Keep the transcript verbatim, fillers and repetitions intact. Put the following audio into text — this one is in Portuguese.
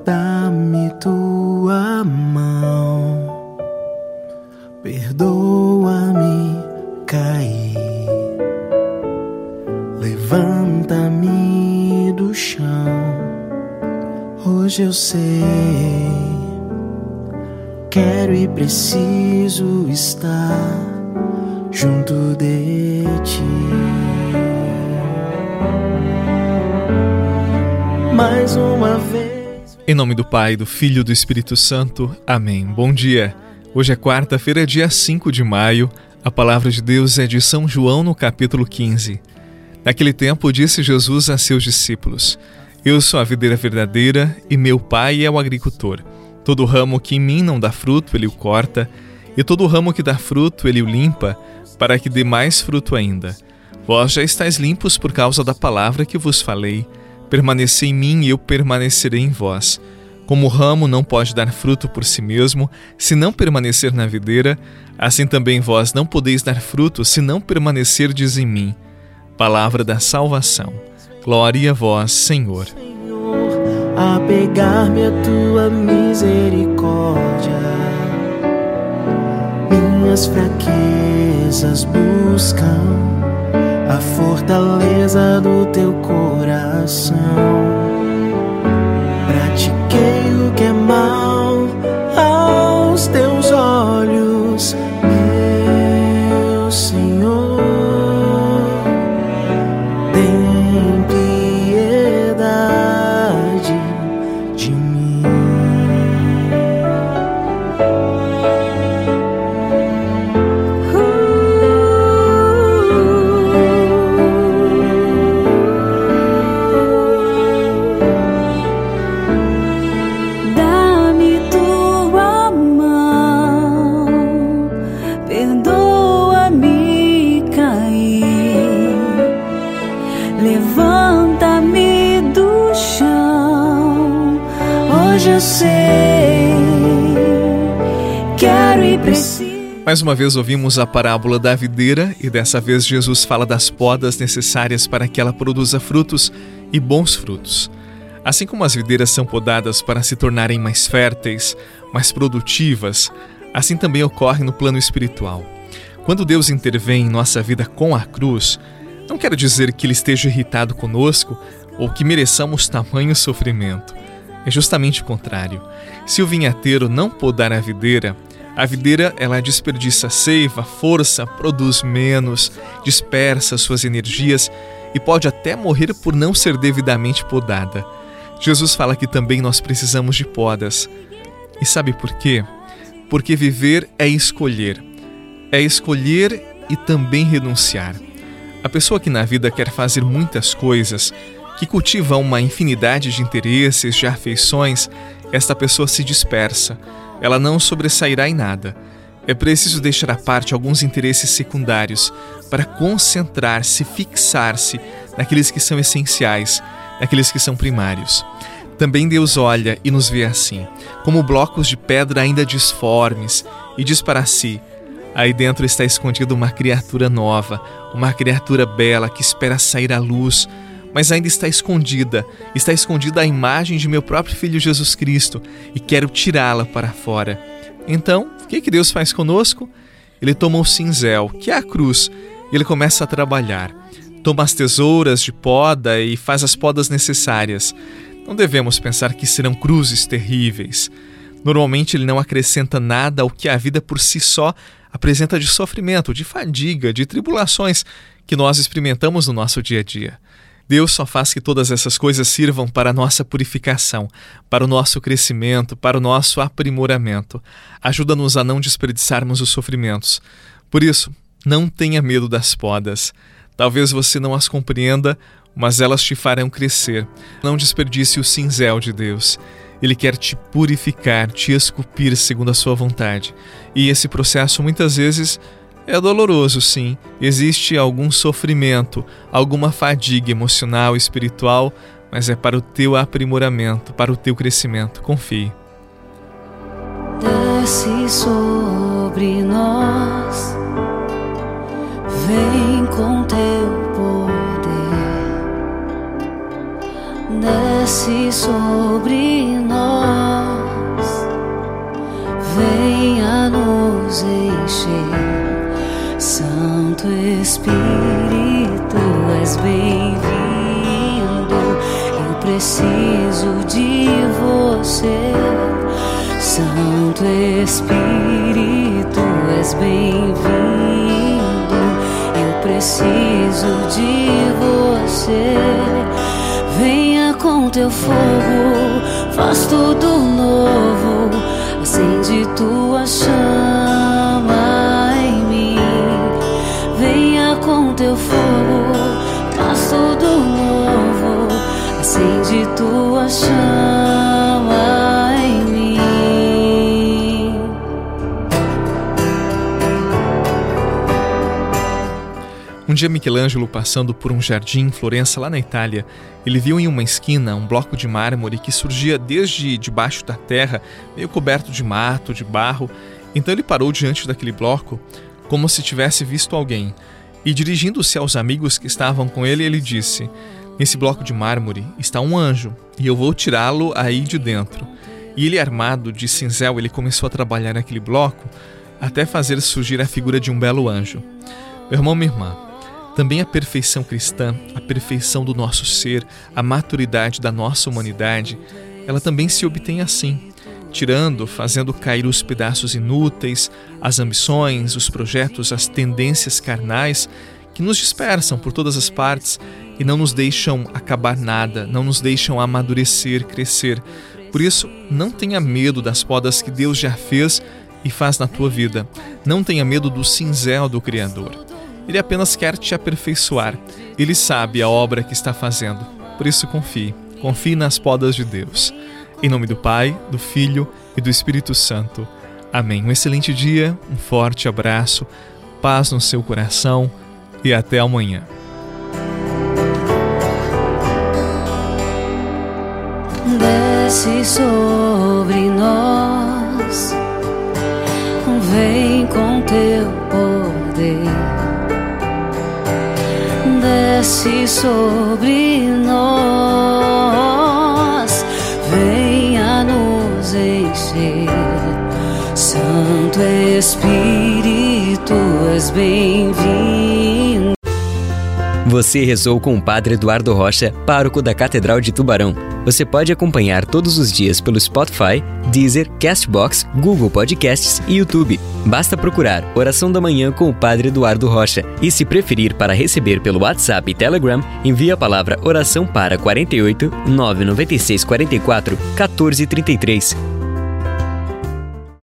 dá-me tua mão, perdoa-me cair, levanta-me do chão. Hoje eu sei, quero e preciso estar junto de ti. Mais uma vez. Em nome do Pai, do Filho e do Espírito Santo. Amém. Bom dia. Hoje é quarta-feira, dia cinco de maio. A palavra de Deus é de São João, no capítulo quinze. Naquele tempo, disse Jesus a seus discípulos: Eu sou a videira verdadeira e meu Pai é o agricultor. Todo ramo que em mim não dá fruto, ele o corta, e todo ramo que dá fruto, ele o limpa, para que dê mais fruto ainda. Vós já estáis limpos por causa da palavra que vos falei. Permanecei em mim e eu permanecerei em vós. Como o ramo não pode dar fruto por si mesmo, se não permanecer na videira, assim também vós não podeis dar fruto, se não permanecerdes em mim. Palavra da salvação. Glória a vós, Senhor. Senhor, apegar-me à tua misericórdia, minhas fraquezas buscam a fortaleza do teu coração. Pratiquei o que é mal aos teus olhos, meu Senhor. Tem piedade de mim. Levanta-me do chão. Hoje eu sei, quero e preciso. Mais uma vez ouvimos a parábola da videira e dessa vez Jesus fala das podas necessárias para que ela produza frutos e bons frutos. Assim como as videiras são podadas para se tornarem mais férteis, mais produtivas, assim também ocorre no plano espiritual. Quando Deus intervém em nossa vida com a cruz, não quero dizer que Ele esteja irritado conosco ou que mereçamos tamanho sofrimento. É justamente o contrário. Se o vinhateiro não podar a videira, a videira ela desperdiça seiva, força, produz menos, dispersa suas energias e pode até morrer por não ser devidamente podada. Jesus fala que também nós precisamos de podas. E sabe por quê? Porque viver é escolher. É escolher e também renunciar. A pessoa que na vida quer fazer muitas coisas, que cultiva uma infinidade de interesses, de afeições, esta pessoa se dispersa. Ela não sobressairá em nada. É preciso deixar à parte alguns interesses secundários para concentrar-se, fixar-se naqueles que são essenciais, naqueles que são primários. Também Deus olha e nos vê assim, como blocos de pedra ainda disformes, e diz para si: aí dentro está escondida uma criatura nova, uma criatura bela que espera sair à luz, mas ainda está escondida, está escondida a imagem de meu próprio Filho Jesus Cristo e quero tirá-la para fora. Então, o que que Deus faz conosco? Ele toma o cinzel, que é a cruz, e Ele começa a trabalhar. Toma as tesouras de poda e faz as podas necessárias. Não devemos pensar que serão cruzes terríveis. Normalmente Ele não acrescenta nada ao que a vida por si só apresenta de sofrimento, de fadiga, de tribulações que nós experimentamos no nosso dia a dia. Deus só faz que todas essas coisas sirvam para a nossa purificação, para o nosso crescimento, para o nosso aprimoramento. Ajuda-nos a não desperdiçarmos os sofrimentos. Por isso, não tenha medo das podas. Talvez você não as compreenda, mas elas te farão crescer. Não desperdice o cinzel de Deus. Ele quer te purificar, te esculpir segundo a sua vontade. E esse processo muitas vezes é doloroso, sim. Existe algum sofrimento, alguma fadiga emocional, espiritual, mas é para o teu aprimoramento, para o teu crescimento. Confie. Desce sobre nós, vem com teu poder. Desce desce sobre nós, venha nos encher. Santo Espírito, és bem-vindo. Eu preciso de você. Santo Espírito, és bem-vindo. Eu preciso de você. Venha com teu fogo, faz tudo novo, acende tua chama em mim. Venha com teu fogo, faz tudo novo, acende tua chama em mim. Um dia Michelangelo, passando por um jardim em Florença, lá na Itália, ele viu em uma esquina um bloco de mármore que surgia desde debaixo da terra, meio coberto de mato, de barro. Então ele parou diante daquele bloco, como se tivesse visto alguém, e dirigindo-se aos amigos que estavam com ele, ele disse: nesse bloco de mármore está um anjo, e eu vou tirá-lo aí de dentro. E ele, armado de cinzel, ele começou a trabalhar naquele bloco, até fazer surgir a figura de um belo anjo. Meu irmão, minha irmã, também a perfeição cristã, a perfeição do nosso ser, a maturidade da nossa humanidade, ela também se obtém assim, tirando, fazendo cair os pedaços inúteis, as ambições, os projetos, as tendências carnais que nos dispersam por todas as partes e não nos deixam acabar nada, não nos deixam amadurecer, crescer. Por isso, não tenha medo das podas que Deus já fez e faz na tua vida. Não tenha medo do cinzel do Criador. Ele apenas quer te aperfeiçoar. Ele sabe a obra que está fazendo. Por isso confie. Confie nas podas de Deus. Em nome do Pai, do Filho e do Espírito Santo. Amém. Um excelente dia, um forte abraço, paz no seu coração e até amanhã. Desce sobre nós, vem com teu poder. Desce sobre nós, venha nos encher. Santo Espírito, és bem-vindo. Você rezou com o Padre Eduardo Rocha, pároco da Catedral de Tubarão. Você pode acompanhar todos os dias pelo Spotify, Deezer, Castbox, Google Podcasts e YouTube. Basta procurar Oração da Manhã com o Padre Eduardo Rocha. E se preferir para receber pelo WhatsApp e Telegram, envie a palavra oração para quarenta e oito, nove nove seis, quarenta e quatro, quatorze, trinta e três.